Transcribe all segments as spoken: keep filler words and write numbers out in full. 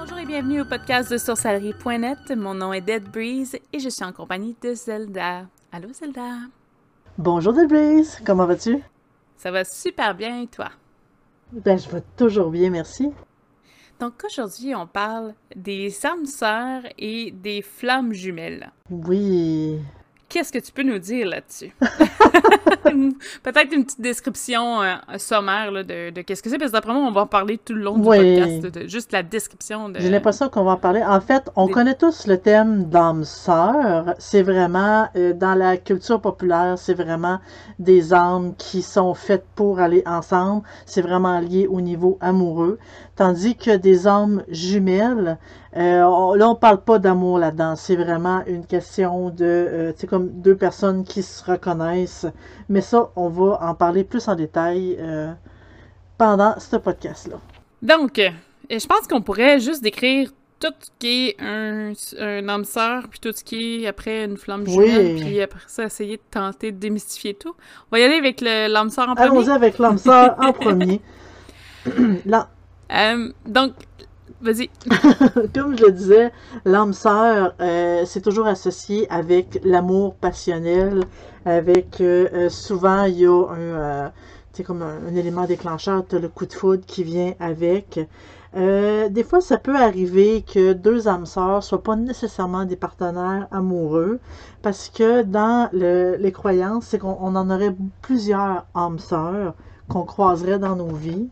Bonjour et bienvenue au podcast de sorcellerie point net. Mon nom est Dead Breeze et je suis en compagnie de Zelda. Allô Zelda? Bonjour Dead Breeze, comment vas-tu? Ça va super bien et toi? Ben, je vais toujours bien, merci. Donc aujourd'hui, on parle des âmes sœurs et des flammes jumelles. Oui. Qu'est-ce que tu peux nous dire là-dessus? Peut-être une petite description euh, sommaire là, de, de qu'est-ce que c'est, parce que d'après moi, on va en parler tout le long du Oui. podcast, de, de- juste la description de... J'ai l'impression qu'on va en parler. En fait, on des- connaît tous le thème d'âme sœur. C'est vraiment, euh, dans la culture populaire, c'est vraiment des âmes qui sont faites pour aller ensemble. C'est vraiment lié au niveau amoureux. Tandis que des âmes jumelles, euh, on- là, on parle pas d'amour là-dedans. C'est vraiment une question de, euh, c'est comme deux personnes qui se reconnaissent. Mais ça, on va en parler plus en détail euh, pendant ce podcast-là. Donc, euh, je pense qu'on pourrait juste décrire tout ce qui est un, un âme sœur, puis tout ce qui est après une flamme jumelle, Oui. puis après ça, essayer de tenter de démystifier tout. On va y aller avec le- l'âme sœur en premier. Allons-y avec l'âme sœur en premier. Là, Euh, donc, vas-y. comme je le disais, l'âme sœur, euh, c'est toujours associé avec l'amour passionnel, avec euh, euh, souvent il y a un, euh, tu sais, comme un, un élément déclencheur, tu as le coup de foudre qui vient avec. Euh, des fois, ça peut arriver que deux âmes sœurs soient pas nécessairement des partenaires amoureux, parce que dans le- les croyances, c'est qu'on on en aurait plusieurs âmes sœurs qu'on croiserait dans nos vies.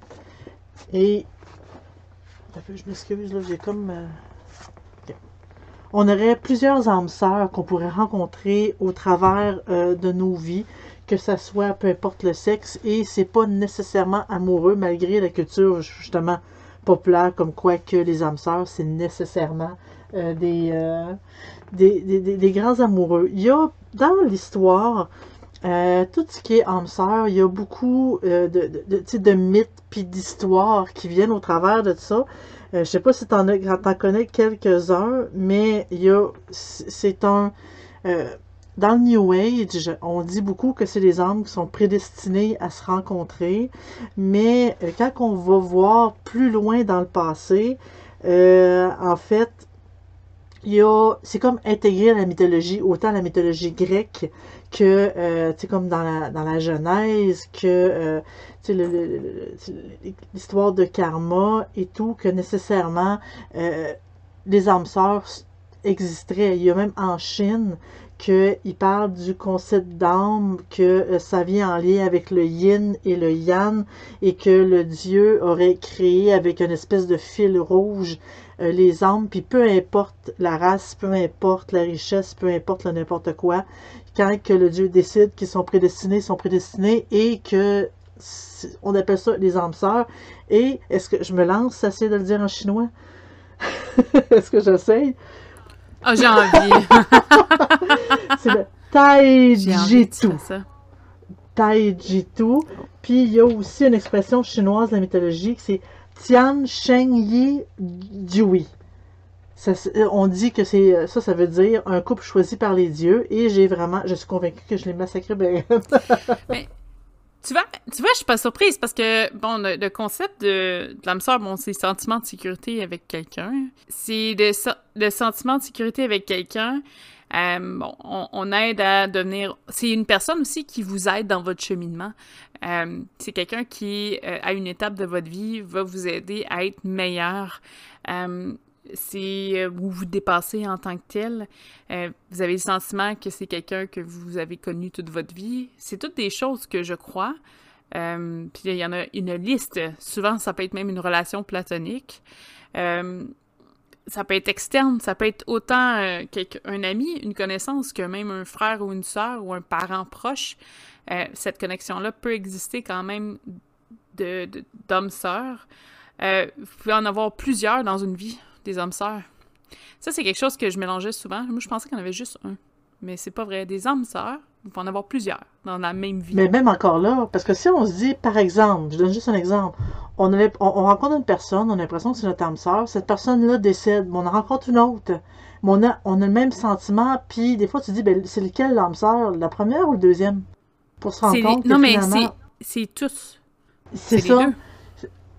Et Attends un peu, je m'excuse, là, j'ai comme... euh, ok. On aurait plusieurs âmes sœurs qu'on pourrait rencontrer au travers euh, de nos vies, que ça soit peu importe le sexe, et c'est pas nécessairement amoureux, malgré la culture justement populaire, comme quoi que les âmes sœurs, c'est nécessairement euh, des, euh, des, des, des- des grands amoureux. Il y a dans l'histoire, euh, tout ce qui est âme sœur, il y a beaucoup euh, de, de, de, tu sais, de mythes puis d'histoires qui viennent au travers de ça. Euh, je sais pas si t'en, as- t'en connais quelques-uns, mais il y a, c'est un, euh, dans le New Age, on dit beaucoup que c'est des âmes qui sont prédestinées à se rencontrer, mais euh, quand on va voir plus loin dans le passé, euh, en fait, il y a, c'est comme intégré à la mythologie, autant la mythologie grecque que, euh, tu sais, comme dans la, dans la Genèse, que, euh, tu sais, le- le- le- le- l'histoire de karma et tout, que nécessairement, euh, les âmes sœurs existeraient. Il y a même en Chine qu'il parle du concept d'âme, que euh, ça vient en lien avec le yin et le yang, et que le dieu aurait créé avec une espèce de fil rouge euh, les âmes, puis peu importe la race, peu importe la richesse, peu importe le n'importe quoi, quand que le Dieu décide qu'ils sont prédestinés, ils sont prédestinés, et que on appelle ça les âmes sœurs. Et est-ce que je me lance, ça c'est de le dire en chinois? Est-ce que j'essaye? Ah, j'ai envie. C'est le J'ai envie que tu Taijitu. fasses ça. Taijitu. Puis il y a aussi une expression chinoise de la mythologie qui c'est Tian Sheng Yi Jui. Ça, on dit que c'est ça, ça veut dire un couple choisi par les dieux, et j'ai vraiment, je suis convaincue que je l'ai massacré. Ben... Mais tu vois, tu vois, je suis pas surprise parce que, bon, le, le concept de, de l'âme sœur, bon, c'est le sentiment de sécurité avec quelqu'un. C'est le, so- le sentiment de sécurité avec quelqu'un. Euh, bon, on, on aide à devenir... C'est une personne aussi qui vous aide dans votre cheminement. Euh, c'est quelqu'un qui, euh, à une étape de votre vie, va vous aider à être meilleur. Euh, c'est euh, vous vous dépassez en tant que tel. Euh, vous avez le sentiment que c'est quelqu'un que vous avez connu toute votre vie. C'est toutes des choses que je crois. Euh, puis il y en a une liste. Souvent, ça peut être même une relation platonique. Euh, ça peut être externe, ça peut être autant euh, un ami, une connaissance, que même un frère ou une sœur ou un parent proche. Euh, cette connexion-là peut exister quand même de, de, d'hommes-sœurs. Euh, vous pouvez en avoir plusieurs dans une vie, des hommes-sœurs. Ça, c'est quelque chose que je mélangeais souvent. Moi, je pensais qu'il y en avait juste un. Mais c'est pas vrai. Des hommes-sœurs, vous pouvez en avoir plusieurs dans la même vie. Mais même encore là, parce que si on se dit, par exemple, je donne juste un exemple, on, avait, on, on rencontre une personne, on a l'impression que c'est notre âme sœur, cette personne-là décède, mais on en rencontre une autre, mais on a, on a le même sentiment, puis des fois tu te dis, ben, c'est lequel l'âme sœur, la première ou le deuxième? Pour se rendre C'est les... compte que Non, mais finalement, c'est, c'est tous. c'est C'est les ça. deux.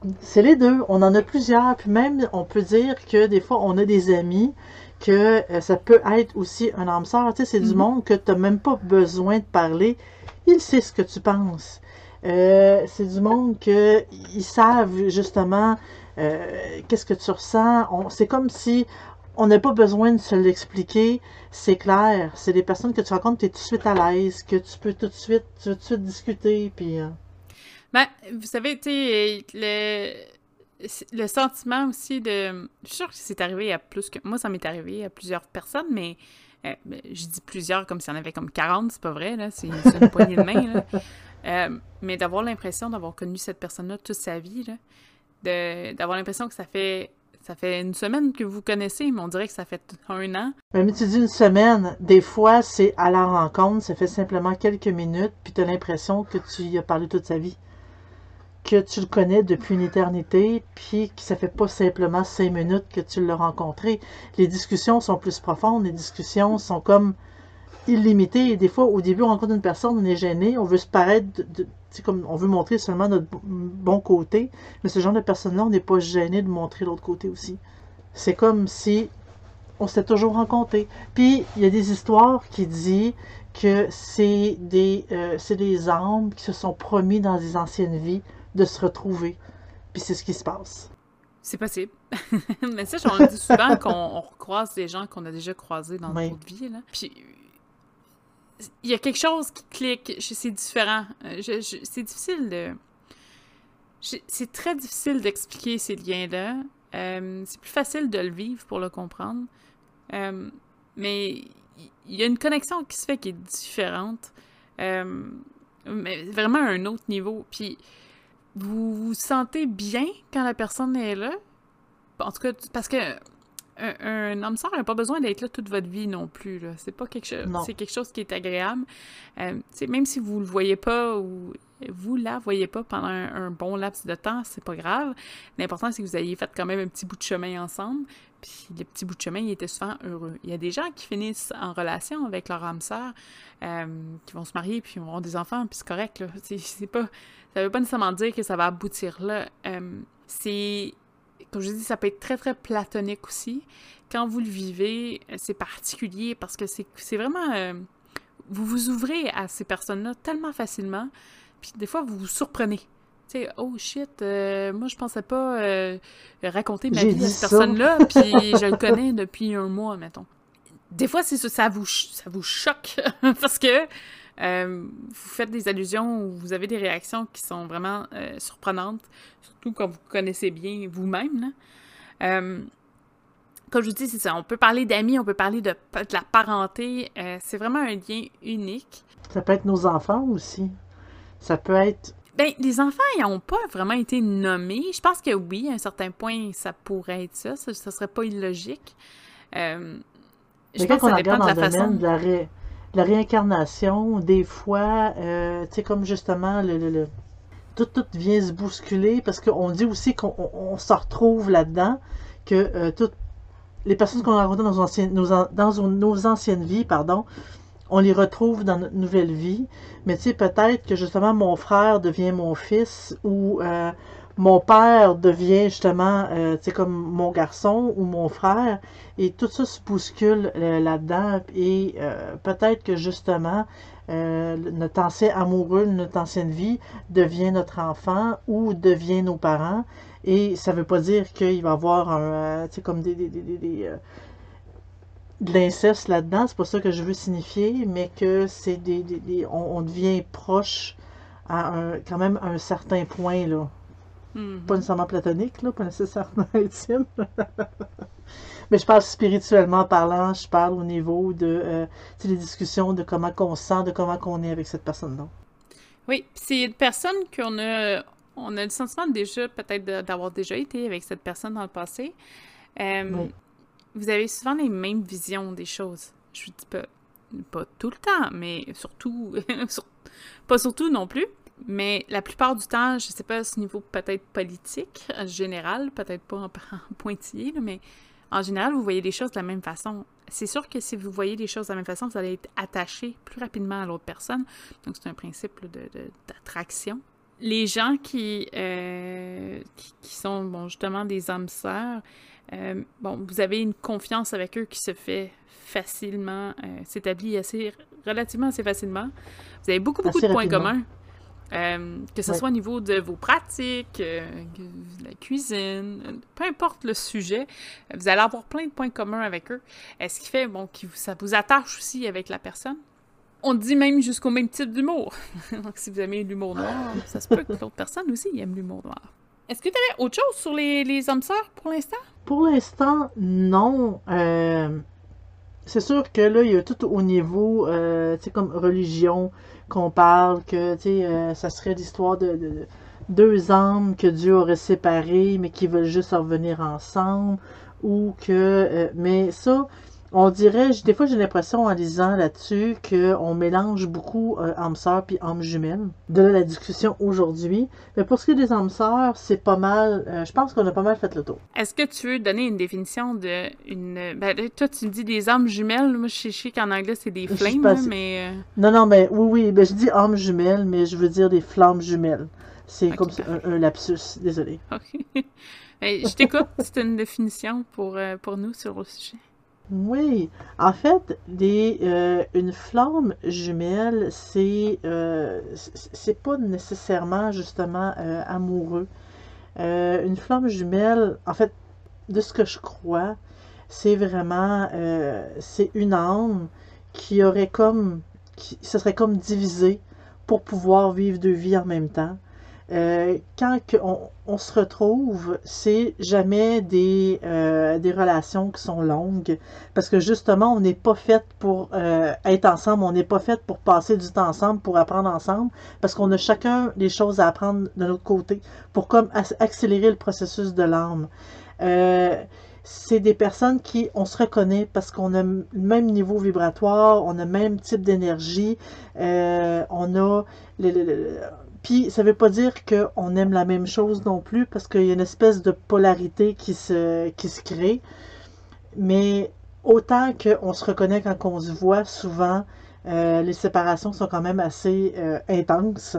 C'est les deux. On en a plusieurs. Puis même, on peut dire que des fois, on a des amis que euh, ça peut être aussi un âme sœur. Tu sais, c'est du Mhm. monde que tu n'as même pas besoin de parler. Il sait ce que tu penses. Euh, c'est du monde que ils savent justement euh, qu'est-ce que tu ressens. On- c'est comme si on n'a pas besoin de se l'expliquer. C'est clair. C'est des personnes que tu rencontres, tu es tout de suite à l'aise, que tu peux tout de suite, tu veux tout de suite discuter. Puis, euh, Ben, vous savez, tu sais, le, le sentiment aussi de... Je suis sûre que c'est arrivé à plus que... Moi, ça m'est arrivé à plusieurs personnes, mais euh, ben, je dis plusieurs comme s'il y en avait comme quarante, c'est pas vrai, là, c'est c'est une poignée de main, là. Euh, mais d'avoir l'impression d'avoir connu cette personne-là toute sa vie, là, de, d'avoir l'impression que ça fait... Ça fait une semaine que vous connaissez, mais on dirait que ça fait un an. Même si tu dis une semaine, des fois, c'est à la rencontre, ça fait simplement quelques minutes, puis tu as l'impression que tu y as parlé toute sa vie, que tu le connais depuis une éternité, puis que ça fait pas simplement cinq minutes que tu l'as rencontré. Les discussions sont plus profondes, les discussions sont comme illimitées. Et des fois, au début, on rencontre une personne, on est gêné, on veut se paraître, de, de, comme on veut montrer seulement notre bon côté, mais ce genre de personne-là, on n'est pas gêné de montrer l'autre côté aussi. C'est comme si on s'était toujours rencontrés. Puis, il y a des histoires qui disent que c'est des, euh, c'est des âmes qui se sont promis dans des anciennes vies de se retrouver. Puis c'est ce qui se passe. C'est possible. Mais ça, on le dit souvent qu'on on recroise des gens qu'on a déjà croisés dans Oui. d'autres vies, là. Puis il y a quelque chose qui clique, je- c'est différent. Euh, je- je- c'est difficile de... je- c'est très difficile d'expliquer ces liens-là. Euh, c'est plus facile de le vivre pour le comprendre. Euh, mais il y a une connexion qui se fait qui est différente. Euh, mais vraiment à un autre niveau. Puis vous vous sentez bien quand la personne est là. En tout cas, parce que un, un homme sœur n'a pas besoin d'être là toute votre vie non plus. Là. C'est pas quelque chose. Non. C'est quelque chose qui est agréable. Euh, même si vous le voyez pas ou vous la voyez pas pendant un, un bon laps de temps, c'est pas grave. L'important, c'est que vous ayez fait quand même un petit bout de chemin ensemble. Puis le petit bout de chemin, il était souvent heureux. Il y a des gens qui finissent en relation avec leur âme sœur, euh, qui vont se marier puis vont avoir des enfants, puis c'est correct. Là. C'est, c'est pas, ça veut pas nécessairement dire que ça va aboutir là. Euh, c'est Comme je dis, ça peut être très, très platonique aussi. Quand vous le vivez, c'est particulier parce que c'est, c'est vraiment... Euh, vous vous ouvrez à ces personnes-là tellement facilement, puis des fois, vous vous surprenez. Tu sais, oh shit, euh, moi, je pensais pas euh, raconter ma J'ai vie à dit cette ça. personne-là, puis je le connais depuis un mois, mettons. Des fois, c'est ça, ça vous, ça vous choque parce que euh, vous faites des allusions ou vous avez des réactions qui sont vraiment euh, surprenantes, surtout quand vous connaissez bien vous-même. Là. Euh, comme je vous dis, c'est ça. On peut parler d'amis, on peut parler de, de la parenté. Euh, c'est vraiment un lien unique. Ça peut être nos enfants aussi. Ça peut être... Ben, les enfants, ils n'ont pas vraiment été nommés. Je pense que oui, à un certain point, ça pourrait être ça. Ça, ça serait pas illogique. Euh, je Mais pense quand que on ça dépend regarde de dans la le domaine façon. de la, ré... de la réincarnation, des fois, euh, tu sais, comme justement, le, le, le... Tout, tout vient se bousculer parce qu'on dit aussi qu'on on, on se retrouve là-dedans, que euh, toutes les personnes qu'on a rencontrées dans, nos anciennes, nos, dans nos anciennes vies, pardon, on les retrouve dans notre nouvelle vie. Mais tu sais, peut-être que justement mon frère devient mon fils ou euh, mon père devient justement, euh, tu sais, comme mon garçon ou mon frère. Et tout ça se bouscule euh, là-dedans. Et euh, peut-être que justement, euh, notre ancien amoureux, notre ancienne vie devient notre enfant ou devient nos parents. Et ça veut pas dire qu'il va y avoir un, euh, tu sais, comme des, des, des, des, des euh, de l'inceste là-dedans, c'est pas ça que je veux signifier, mais que c'est des, des, des on, on devient proche à un, quand même à un certain point, là. Pas Mhm. nécessairement platonique, là, pas nécessairement intime. Mais je parle spirituellement parlant, je parle au niveau de euh, tu sais, les discussions de comment qu'on se sent, de comment qu'on est avec cette personne-là. Oui, puis c'est une personne qu'on a, on a le sentiment déjà peut-être de- d'avoir déjà été avec cette personne dans le passé. Euh, Oui. vous avez souvent les mêmes visions des choses. Je vous dis pas, pas tout le temps, mais surtout, sur- pas surtout non plus. Mais la plupart du temps, je sais pas, à ce niveau peut-être politique, en général, peut-être pas en, en pointillé, là, mais en général, vous voyez les choses de la même façon. C'est sûr que si vous voyez les choses de la même façon, vous allez être attaché plus rapidement à l'autre personne. Donc, c'est un principe là, de, de- d'attraction. les gens qui, euh, qui, qui sont, bon, justement, des âmes sœurs, euh, bon, vous avez une confiance avec eux qui se fait facilement, euh, s'établit assez, relativement assez facilement. Vous avez beaucoup, beaucoup Assez de points rapidement. communs. Euh, que ce Ouais. soit au niveau de vos pratiques, euh, de la cuisine, euh, peu importe le sujet, vous allez avoir plein de points communs avec eux. Euh, ce qui fait, bon, que ça vous attache aussi avec la personne. On dit même jusqu'au même type d'humour. Donc, si vous aimez l'humour noir, ça se peut que l'autre personne aussi aime l'humour noir. Est-ce que tu avais autre chose sur les, les âmes sœurs pour l'instant? Pour l'instant, non. Euh, c'est sûr que là, il y a tout au niveau, euh, tu sais, comme religion, qu'on parle, que, tu sais, euh, ça serait l'histoire de, de- de deux âmes que Dieu aurait séparées, mais qui veulent juste revenir ensemble, ou que, euh, mais ça, on dirait, j- des fois j'ai l'impression en lisant là-dessus qu'on mélange beaucoup euh, âme sœur puis âme jumelle. De là la discussion aujourd'hui. Mais pour ce qui est des âmes sœurs, c'est pas mal, euh, je pense qu'on a pas mal fait le tour. Est-ce que tu veux donner une définition de une. Ben, là, toi, tu me dis des âmes jumelles. Moi, je sais, je sais qu'en anglais, c'est des Je sais flames, pas là, si- mais. euh, Non, non, mais oui, oui, ben, je dis âme jumelle, mais je veux dire des flammes jumelles. C'est Ok, comme ça, parfait. un, un lapsus, désolé. Ok. Hey, je t'écoute. C'est une définition pour, euh, pour nous sur le sujet. Oui, en fait, des, euh, une flamme jumelle, c'est euh, c- c'est pas nécessairement justement euh, amoureux. Euh, une flamme jumelle, en fait, de ce que je crois, c'est vraiment euh, c'est une âme qui aurait comme qui se serait comme divisée pour pouvoir vivre deux vies en même temps. Euh, quand que on, on se retrouve, c'est jamais des, euh, des relations qui sont longues parce que justement, on n'est pas fait pour euh, être ensemble, on n'est pas fait pour passer du temps ensemble, pour apprendre ensemble parce qu'on a chacun des choses à apprendre de notre côté pour comme accélérer le processus de l'âme. Euh, c'est des personnes qui, on se reconnaît parce qu'on a le même niveau vibratoire, on a le même type d'énergie, euh, on a le, le- le- puis ça veut pas dire qu'on aime la même chose non plus parce qu'il y a une espèce de polarité qui se, qui se crée, mais autant qu'on se reconnaît quand on se voit, souvent euh, les séparations sont quand même assez euh, intenses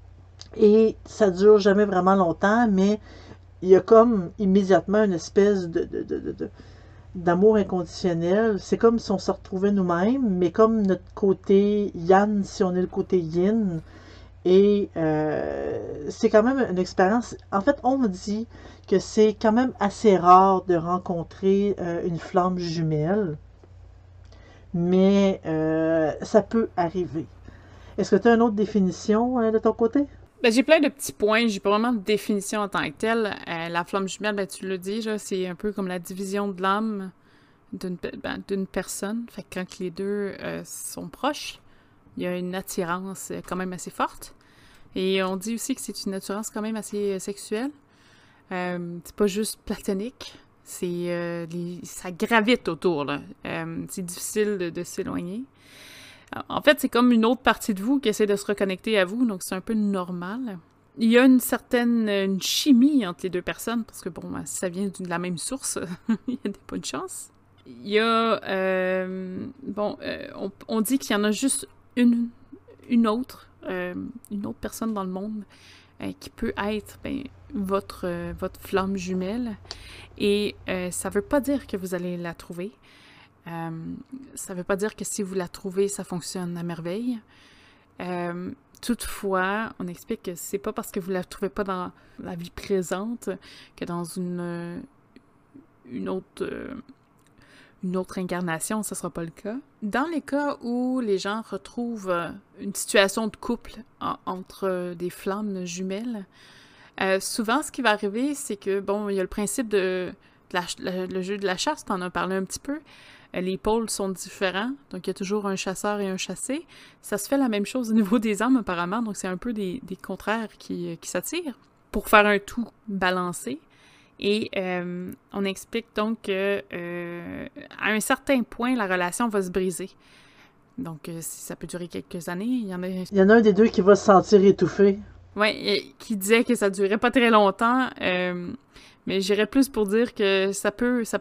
et ça dure jamais vraiment longtemps, mais il y a comme immédiatement une espèce de, de, de, de- de- d'amour inconditionnel. C'est comme si on se retrouvait nous-mêmes, mais comme notre côté Yang, si on est le côté Yin. Et euh, c'est quand même une expérience. En fait, on me dit que c'est quand même assez rare de rencontrer euh, une flamme jumelle, mais euh, ça peut arriver. Est-ce que tu as une autre définition euh, de ton côté? Ben, j'ai plein de petits points. J'ai pas vraiment de définition en tant que telle. Euh, la flamme jumelle, ben, tu l'as dit, là, c'est un peu comme la division de l'âme d'une pe- ben, d'une personne. Fait que quand les deux euh, sont proches, il y a une attirance euh, quand même assez forte. Et on dit aussi que c'est une attirance quand même assez euh, sexuelle. Euh, c'est pas juste platonique. C'est euh, les- ça gravite autour, là. Euh, c'est difficile de, de s'éloigner. En fait, c'est comme une autre partie de vous qui essaie de se reconnecter à vous, donc c'est un peu normal. Il y a une certaine une chimie entre les deux personnes, parce que bon, ça vient de la même source, il y a des bonnes chances. Il y a, euh, bon, euh, on, on dit qu'il y en a juste une, une autre, euh, une autre personne dans le monde euh, qui peut être ben, votre, euh, votre flamme jumelle. Et euh, ça veut pas dire que vous allez la trouver. Euh, ça veut pas dire que si vous la trouvez, ça fonctionne à merveille. Euh, toutefois, on explique que c'est pas parce que vous la trouvez pas dans la vie présente que dans une, une autre... Euh, une autre incarnation, ce sera pas le cas. Dans les cas où les gens retrouvent euh, une situation de couple en, entre euh, des flammes jumelles, euh, souvent ce qui va arriver, c'est que, bon, il y a le principe de, de la, le, le jeu de la chasse, t'en as parlé un petit peu. Euh, les pôles sont différents, donc il y a toujours un chasseur et un chassé. Ça se fait la même chose au niveau des âmes, apparemment, donc c'est un peu des, des contraires qui, qui s'attirent pour faire un tout balancé. Et euh, on explique donc que euh, à un certain point, la relation va se briser. Donc, euh, ça peut durer quelques années. Il y en a... Il y en a un des deux qui va se sentir étouffé. Oui, qui disait que ça durait pas très longtemps. Euh, mais j'irais plus pour dire que ça peut, ça peut,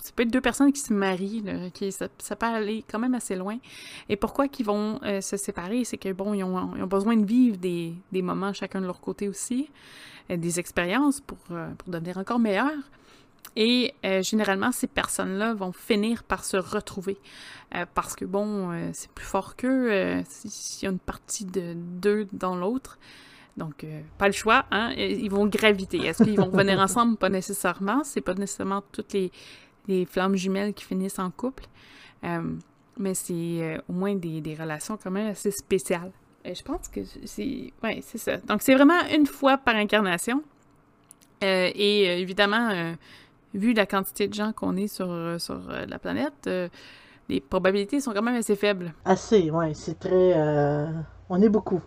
ça peut être deux personnes qui se marient, là, qui, ça, ça peut aller quand même assez loin. Et pourquoi qu'ils vont euh, se séparer? C'est que, bon, ils ont, ils ont besoin de vivre des, des moments chacun de leur côté aussi, euh, des expériences pour, euh, pour devenir encore meilleurs. Et euh, généralement, ces personnes-là vont finir par se retrouver. Euh, parce que, bon, euh, c'est plus fort qu'eux, euh, s'il y a une partie de deux dans l'autre. Donc, euh, pas le choix, hein? Ils vont graviter. Est-ce qu'ils vont venir ensemble? Pas nécessairement. C'est pas nécessairement toutes les, les flammes jumelles qui finissent en couple. Euh, mais c'est euh, au moins des, des relations quand même assez spéciales. Et je pense que c'est... Ouais, c'est ça. Donc, c'est vraiment une fois par incarnation. Euh, et euh, évidemment... Euh, vu la quantité de gens qu'on est sur, sur la planète, euh, les probabilités sont quand même assez faibles. Assez, ouais, c'est très... Euh... On est beaucoup.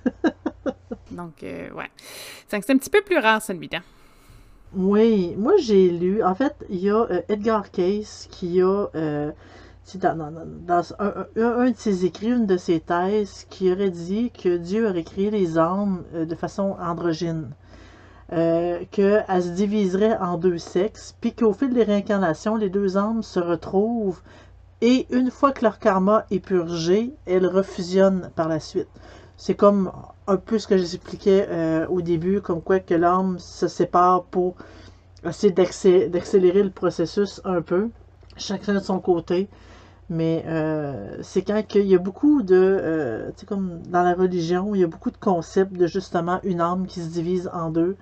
Donc, euh, ouais. C'est un petit peu plus rare, celui-là. Oui, moi j'ai lu, en fait, il y a euh, Edgar Cayce qui a, euh, c'est dans, dans, dans un, un, un de ses écrits, une de ses thèses, qui aurait dit que Dieu aurait créé les âmes euh, de façon androgyne. Euh, qu'elle se diviserait en deux sexes, puis qu'au fil des réincarnations, les deux âmes se retrouvent, et une fois que leur karma est purgé, elles refusionnent par la suite. C'est comme un peu ce que j'expliquais euh, au début, comme quoi que l'âme se sépare pour essayer d'accé- d'accélérer le processus un peu, chacun de son côté. Mais euh, c'est quand il y a beaucoup de, euh, tu sais, comme dans la religion, il y a beaucoup de concepts de justement une âme qui se divise en deux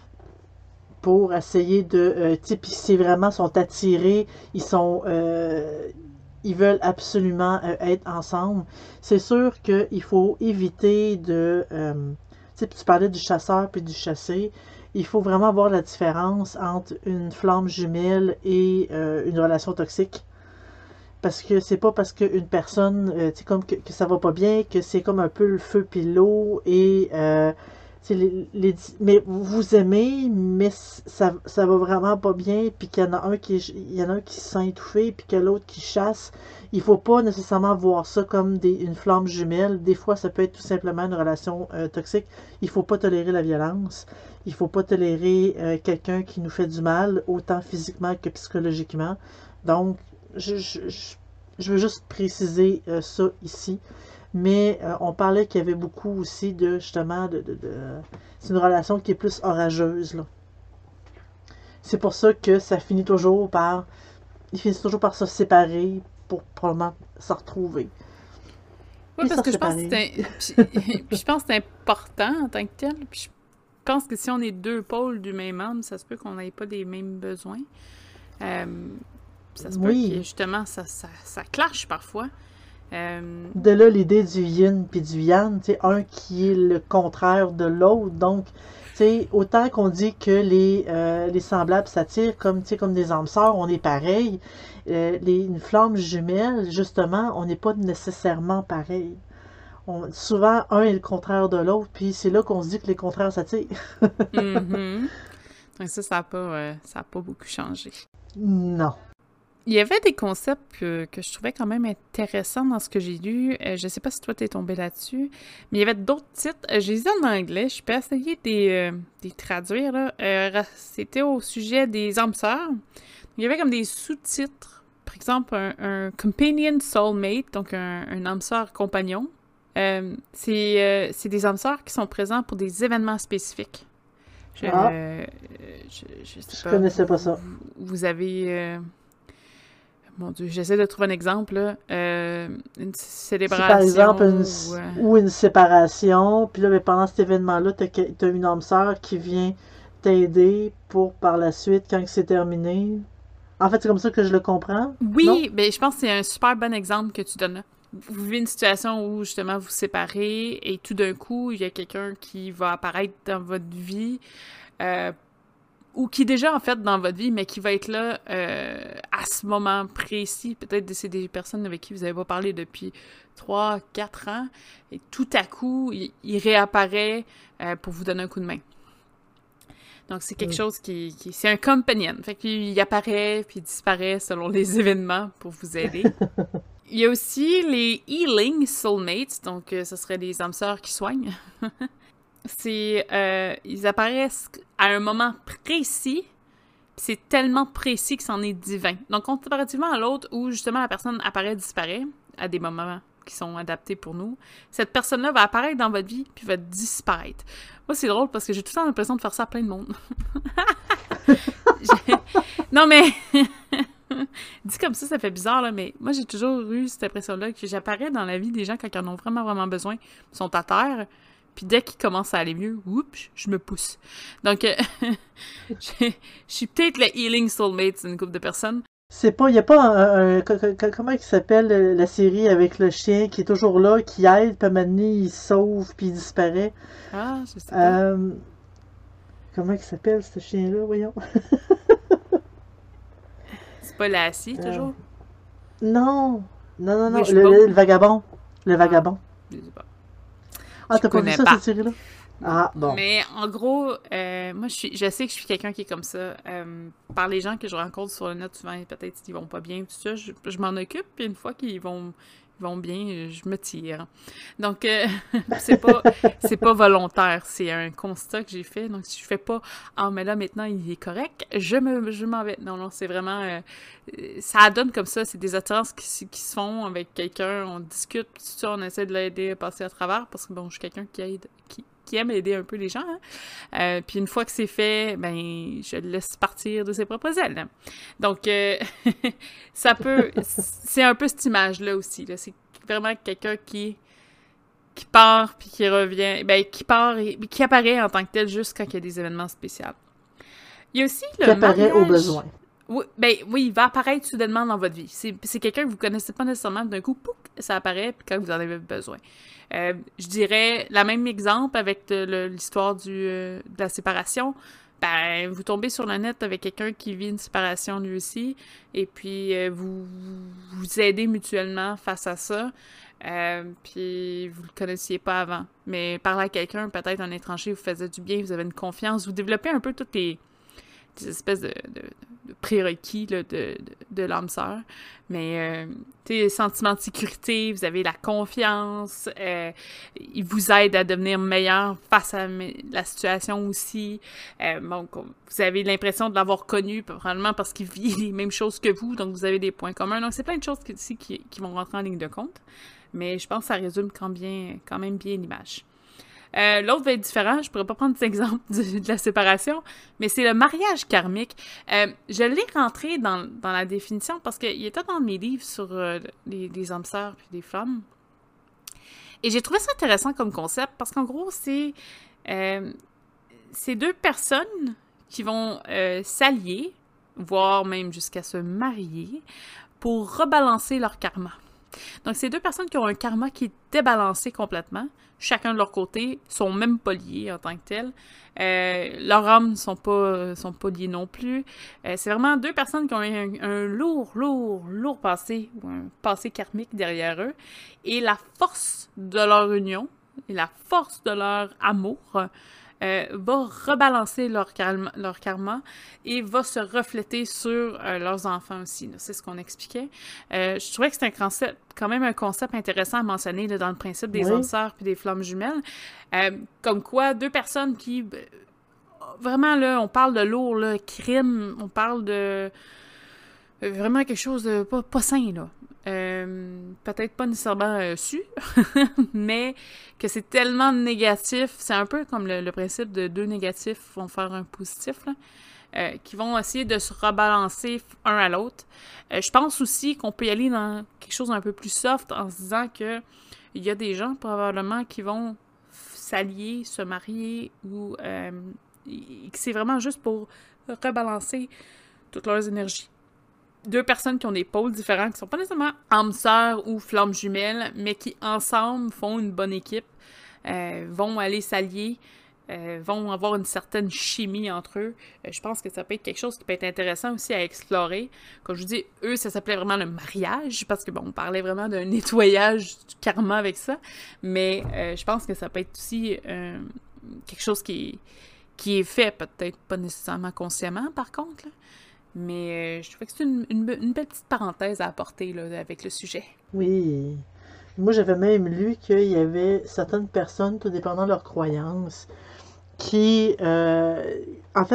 pour essayer de, euh, tu sais, puis c'est vraiment, sont attirés, ils sont, euh, ils veulent absolument euh, être ensemble. C'est sûr qu'il faut éviter de, euh, tu sais, tu parlais du chasseur puis du chassé, il faut vraiment voir la différence entre une flamme jumelle et euh, une relation toxique. Parce que c'est pas parce qu'une personne, euh, tu sais, comme que, que ça va pas bien, que c'est comme un peu le feu puis l'eau et euh, les, les, mais vous aimez, mais ça, ça va vraiment pas bien, puis qu'il y en a un qui il y en a un qui se sent étouffé, puis que l'autre qui chasse. Il faut pas nécessairement voir ça comme des, une flamme jumelle. Des fois, ça peut être tout simplement une relation euh, toxique. Il faut pas tolérer la violence. Il faut pas tolérer euh, quelqu'un qui nous fait du mal, autant physiquement que psychologiquement. Donc, je, je, je, je veux juste préciser euh, ça ici. Mais euh, on parlait qu'il y avait beaucoup aussi de, justement, de, de, de... c'est une relation qui est plus orageuse, là. C'est pour ça que ça finit toujours par... Ils finissent toujours par se séparer pour probablement se retrouver. Oui, parce que je pense que c'est puis, puis je pense que c'est important en tant que tel. Puis je pense que si on est deux pôles du même âme, ça se peut qu'on n'ait pas les mêmes besoins. Euh, ça se peut Oui. que justement, ça, ça, ça clash parfois. Euh... De là l'idée du yin puis du yang, tu sais, un qui est le contraire de l'autre. Donc, tu sais, autant qu'on dit que les, euh, les semblables s'attirent comme, tu sais, comme des âmes sœurs, on est pareil. Euh, les, une flamme jumelle, justement, on n'est pas nécessairement pareil. On, souvent, un est le contraire de l'autre, puis c'est là qu'on se dit que les contraires s'attirent. mm-hmm. Donc ça, ça n'a pas, euh, ça a pas beaucoup changé. Non. Il y avait des concepts que, que je trouvais quand même intéressants dans ce que j'ai lu. Euh, je sais pas si toi t'es tombé là-dessus, mais il y avait d'autres titres. Euh, j'ai les ai en anglais. Je peux essayer de les, euh, de les traduire. Là. Euh, c'était au sujet des âmes sœurs. Il y avait comme des sous-titres. Par exemple, un, un Companion Soulmate, donc un, un âme sœur compagnon. Euh, c'est, euh, c'est des âmes sœurs qui sont présents pour des événements spécifiques. Je, ah. euh, je, je sais je pas. connaissais vous, pas ça. Vous avez... Euh, Mon Dieu, j'essaie de trouver un exemple, là. Euh, une célébration. Si par exemple, une, ou, euh... ou une séparation, puis là, mais pendant cet événement-là, tu as une âme sœur qui vient t'aider pour par la suite, quand c'est terminé. En fait, c'est comme ça que je le comprends. Oui, mais je pense que c'est un super bon exemple que tu donnes là. Vous vivez une situation où, justement, vous vous séparez et tout d'un coup, il y a quelqu'un qui va apparaître dans votre vie euh, ou qui est déjà, en fait, dans votre vie, mais qui va être là euh, à ce moment précis. Peut-être que c'est des personnes avec qui vous n'avez pas parlé depuis trois, quatre ans. Et tout à coup, il, il réapparaît euh, pour vous donner un coup de main. Donc, c'est quelque oui. chose qui, qui... C'est un companion. Fait qu'il apparaît puis il disparaît selon les événements pour vous aider. Il y a aussi les Healing Soulmates. Donc, euh, ce serait des âmes sœurs qui soignent. C'est... Euh, ils apparaissent à un moment précis Puis c'est tellement précis que c'en est divin. Donc, comparativement à l'autre, où justement la personne apparaît, disparaît, à des moments qui sont adaptés pour nous, cette personne-là va apparaître dans votre vie, puis va disparaître. Moi, c'est drôle, parce que j'ai tout le temps l'impression de faire ça à plein de monde. J'ai... Non, mais... Dit comme ça, ça fait bizarre, là, mais moi, j'ai toujours eu cette impression-là que j'apparais dans la vie des gens quand ils en ont vraiment, vraiment besoin, ils sont à terre, puis dès qu'ils commencent à aller mieux, oups, je me pousse. Donc, euh, je suis peut-être le healing soulmate d'une couple de personnes. C'est pas, il y a pas un, un- co- co- comment il s'appelle euh, la série avec le chien qui est toujours là, qui aide, puis à un moment donné, il se sauve, puis il disparaît. Ah, je sais pas. Euh, comment il s'appelle ce chien-là, voyons? C'est pas Lassie, Euh, toujours? non, non, non, non, le, Wishbone? le- le vagabond. Le Ah, vagabond. je sais pas. Ah, Je t'as pas vu connais ça, pas. cette série-là? Ah, bon. Mais en gros, euh, moi, je, suis, je sais que je suis quelqu'un qui est comme ça. Euh, par les gens que je rencontre sur le net, souvent, peut-être qu'ils vont pas bien, tout ça, je, je m'en occupe, puis une fois qu'ils vont, ils vont bien, je me tire. Donc, euh, c'est pas c'est pas volontaire, c'est un constat que j'ai fait. Donc, si je fais pas « Ah, mais là, maintenant, il est correct », je me je m'en vais. Non, non, c'est vraiment... euh, ça donne comme ça, c'est des attirances qui, se- qui se font avec quelqu'un, on discute, puis tout ça, on essaie de l'aider à passer à travers, parce que, bon, je suis quelqu'un qui aide... Qui, qui aime aider un peu les gens. Hein? Euh, puis une fois que c'est fait, ben je le laisse partir de ses propres ailes. Donc, euh, ça peut... C'est un peu cette image-là aussi. Là. C'est vraiment quelqu'un qui qui part puis qui revient, ben qui part et qui apparaît en tant que tel juste quand il y a des événements spéciaux. Il y a aussi le Qui apparaît au mariage... besoin. Oui, ben oui, il va apparaître soudainement dans votre vie. C'est, c'est quelqu'un que vous connaissez pas nécessairement, d'un coup, pouc, ça apparaît puis quand vous en avez besoin. Euh, je dirais, la même exemple avec de- le- l'histoire du, euh, de la séparation. Ben, vous tombez sur le net avec quelqu'un qui vit une séparation lui aussi, et puis euh, vous vous aidez mutuellement face à ça, euh, puis vous le connaissiez pas avant. Mais parler à quelqu'un, peut-être un étranger, vous faisait du bien, vous avez une confiance, vous développez un peu toutes les des espèces de, de, de prérequis là, de, de, de l'âme sœur. Mais, euh, tu sais, sentiment de sécurité, vous avez la confiance, euh, il vous aide à devenir meilleur face à me- la situation aussi. Euh, donc, vous avez l'impression de l'avoir connu, probablement parce qu'il vit les mêmes choses que vous, donc vous avez des points communs. Donc, c'est plein de choses qui, aussi qui, qui vont rentrer en ligne de compte. Mais je pense que ça résume quand, bien, quand même bien l'image. Euh, l'autre va être différent, je pourrais pas prendre cet exemple du- de la séparation, mais c'est le mariage karmique. Euh, je l'ai rentré dans, dans la définition parce qu'il était dans mes livres sur euh, les, les âmes sœurs puis les femmes. Et j'ai trouvé ça intéressant comme concept parce qu'en gros, c'est euh, c'est deux personnes qui vont euh, s'allier, voire même jusqu'à se marier, pour rebalancer leur karma. Donc, c'est deux personnes qui ont un karma qui est débalancé complètement. Chacun de leur côté, sont même pas liés en tant que tels. Euh, leurs âmes sont pas, sont pas liées non plus. Euh, c'est vraiment deux personnes qui ont un, un lourd, lourd, lourd passé, ou un passé karmique derrière eux. Et la force de leur union, et la force de leur amour, euh, va rebalancer leur karma, leur karma et va se refléter sur euh, leurs enfants aussi. Là. C'est ce qu'on expliquait. Euh, je trouvais que c'est un concept, quand même un concept intéressant à mentionner là, dans le principe des Oui. âmes sœurs puis des flammes jumelles. Euh, comme quoi, deux personnes qui... euh, Vraiment, là, on parle de lourd, là, crime, on parle de... euh, Vraiment quelque chose de pas, pas sain, là. Euh, peut-être pas nécessairement euh, su, mais que c'est tellement négatif. C'est un peu comme le, le principe de deux négatifs vont faire un positif, là, euh, qui vont essayer de se rebalancer un à l'autre. Euh, je pense aussi qu'on peut y aller dans quelque chose d'un peu plus soft en se disant que il y a des gens probablement qui vont s'allier, se marier ou euh, que c'est vraiment juste pour rebalancer toutes leurs énergies. Deux personnes qui ont des pôles différents, qui sont pas nécessairement âmes sœurs ou flammes jumelles, mais qui ensemble font une bonne équipe, euh, vont aller s'allier, euh, vont avoir une certaine chimie entre eux. Euh, je pense que ça peut être quelque chose qui peut être intéressant aussi à explorer. Comme je vous dis, eux, ça s'appelait vraiment le mariage, parce que bon, on parlait vraiment d'un nettoyage du karma avec ça, mais euh, je pense que ça peut être aussi euh, quelque chose qui, qui est fait, peut-être pas nécessairement consciemment, par contre, là. Mais euh, je trouvais que c'est une, une, une belle petite parenthèse à apporter là, avec le sujet. Oui. Moi, j'avais même lu qu'il y avait certaines personnes, tout dépendant de leurs croyances, qui, euh, en fait,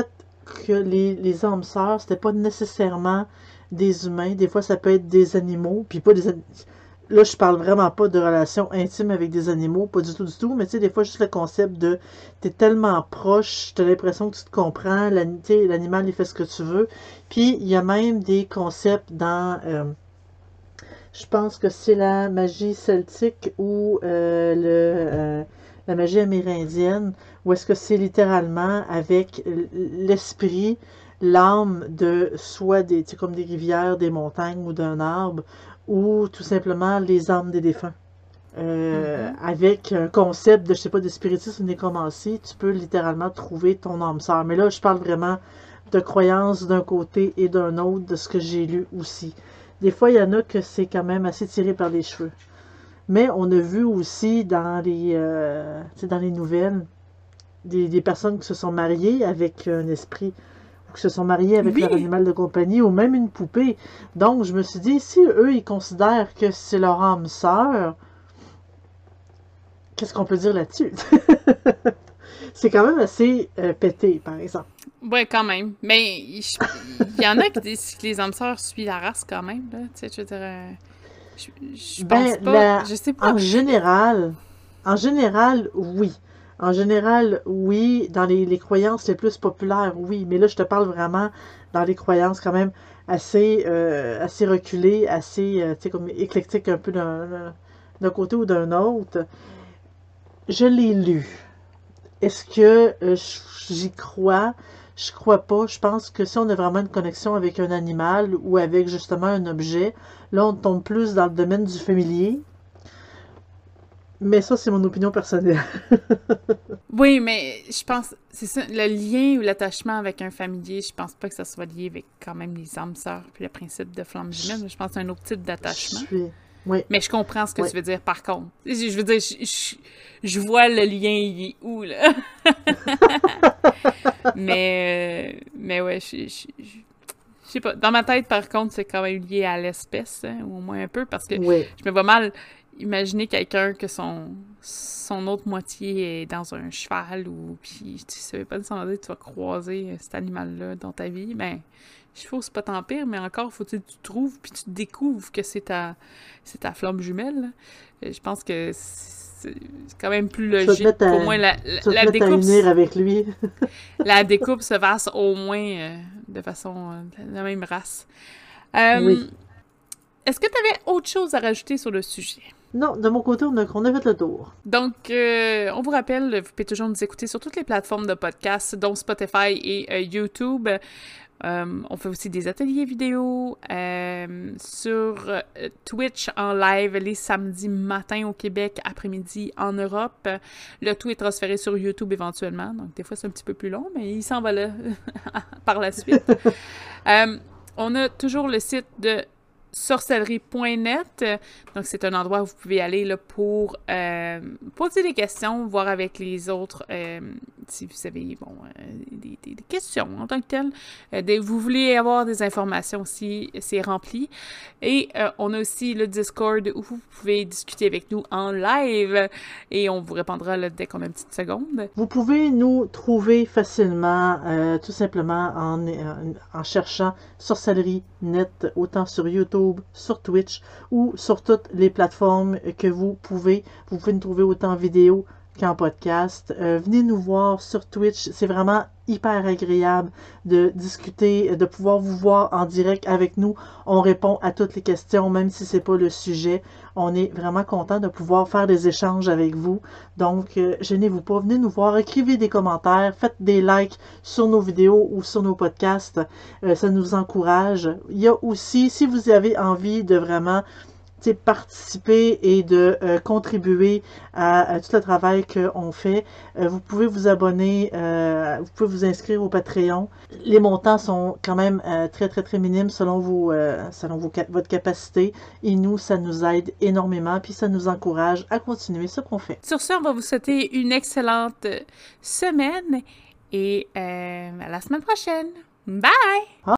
que les, les âmes sœurs, c'était pas nécessairement des humains. Des fois, ça peut être des animaux, puis pas des animaux. Là, je parle vraiment pas de relations intimes avec des animaux, pas du tout, du tout, mais tu sais, des fois, juste le concept de t'es tellement proche, t'as l'impression que tu te comprends, l'animal, il fait ce que tu veux. Puis, il y a même des concepts dans, euh, je pense que c'est la magie celtique ou euh, le, euh, la magie amérindienne, où est-ce que c'est littéralement avec l'esprit, l'âme de soit des, tu sais, comme des rivières, des montagnes ou d'un arbre, ou tout simplement les âmes des défunts. Euh, Mhm. avec un concept de, je sais pas, de spiritisme ou nécromancie, tu peux littéralement trouver ton âme sœur. Mais là, je parle vraiment de croyances d'un côté et d'un autre, de ce que j'ai lu aussi. Des fois, il y en a que c'est quand même assez tiré par les cheveux. Mais on a vu aussi dans les, euh, tu sais, dans les nouvelles des, des personnes qui se sont mariées avec un esprit, qui se sont mariés avec leur Oui! animal de compagnie ou même une poupée. Donc, je me suis dit, si eux, ils considèrent que c'est leur âme sœur, qu'est-ce qu'on peut dire là-dessus? C'est quand même assez euh, pété, par exemple. Ouais, quand même. Mais il il y en a qui disent que les âmes sœurs suivent la race quand même, là. Tu sais, je veux dire, euh, je, je pense Ben, pas, la, je sais pas. en général, en général, oui. En général, oui. Dans les, les croyances les plus populaires, oui. Mais là, je te parle vraiment dans les croyances quand même assez, euh, assez reculées, assez, euh, tu sais, comme éclectiques un peu d'un d'un côté ou d'un autre. Je l'ai lu. Est-ce que euh, j'y crois? Je crois pas. Je pense que si on a vraiment une connexion avec un animal ou avec justement un objet, là, on tombe plus dans le domaine du familier. Mais ça, c'est mon opinion personnelle. Oui, mais je pense, c'est ça, le lien ou l'attachement avec un familier, je pense pas que ça soit lié avec quand même les âmes sœurs puis le principe de flamme Je, jumelle. Je pense que c'est un autre type je d'attachement. suis. Oui, Mais je comprends ce que oui. tu veux dire, par contre. Je, je veux dire, je, je, je vois le lien, il est où, là? Mais, euh, mais ouais, je, je, je, je sais pas. Dans ma tête, par contre, c'est quand même lié à l'espèce, hein, ou au moins un peu, parce que Oui. je me vois mal imaginer quelqu'un que son, son autre moitié est dans un cheval ou puis tu sais pas nécessairement dire que tu vas croiser cet animal-là dans ta vie. Ben, je trouve que c'est pas tant pire, mais encore, faut-il que tu trouves puis tu découvres que c'est ta, c'est ta flamme jumelle. Là. Je pense que c'est quand même plus Tu vas te logique mettre qu'au à, moins la, la, tu vas te la mettre à découpe unir avec lui. la découpe se fasse au moins euh, de façon euh, de la même race. Oui. Euh, Est-ce que tu avais autre chose à rajouter sur le sujet? Non, de mon côté, on a, on a fait le tour. Donc, euh, on vous rappelle, vous pouvez toujours nous écouter sur toutes les plateformes de podcasts, dont Spotify et euh, YouTube. Euh, on fait aussi des ateliers vidéo euh, sur euh, Twitch en live les samedis matins au Québec, après-midi en Europe. Le tout est transféré sur YouTube éventuellement, donc des fois c'est un petit peu plus long, mais il s'en va là par la suite. euh, on a toujours le site de sorcellerie point net. Donc, c'est un endroit où vous pouvez aller là, pour euh, poser des questions, voir avec les autres euh, si vous avez bon, euh, des, des, des questions en tant que telles. Euh, des, vous voulez avoir des informations aussi, c'est rempli. Et euh, on a aussi le Discord où vous pouvez discuter avec nous en live et on vous répondra là, dès qu'on a une petite seconde. Vous pouvez nous trouver facilement, euh, tout simplement en, en cherchant Sorcellerie Net, autant sur YouTube, sur Twitch ou sur toutes les plateformes que vous pouvez. Vous pouvez nous trouver autant en vidéo qu'en podcast. Euh, venez nous voir sur Twitch. C'est vraiment hyper agréable de discuter, de pouvoir vous voir en direct avec nous. On répond à toutes les questions, même si c'est pas le sujet. On est vraiment content de pouvoir faire des échanges avec vous. Donc, euh, gênez-vous pas. Venez nous voir, écrivez des commentaires, faites des likes sur nos vidéos ou sur nos podcasts. Euh, ça nous encourage. Il y a aussi, si vous avez envie de vraiment participer et de euh, contribuer à, à tout le travail qu'on fait. Euh, vous pouvez vous abonner, euh, vous pouvez vous inscrire au Patreon. Les montants sont quand même euh, très très très minimes selon, vos, euh, selon vos, votre capacité et nous, ça nous aide énormément puis ça nous encourage à continuer ce qu'on fait. Sur ce, on va vous souhaiter une excellente semaine et euh, à la semaine prochaine. Bye!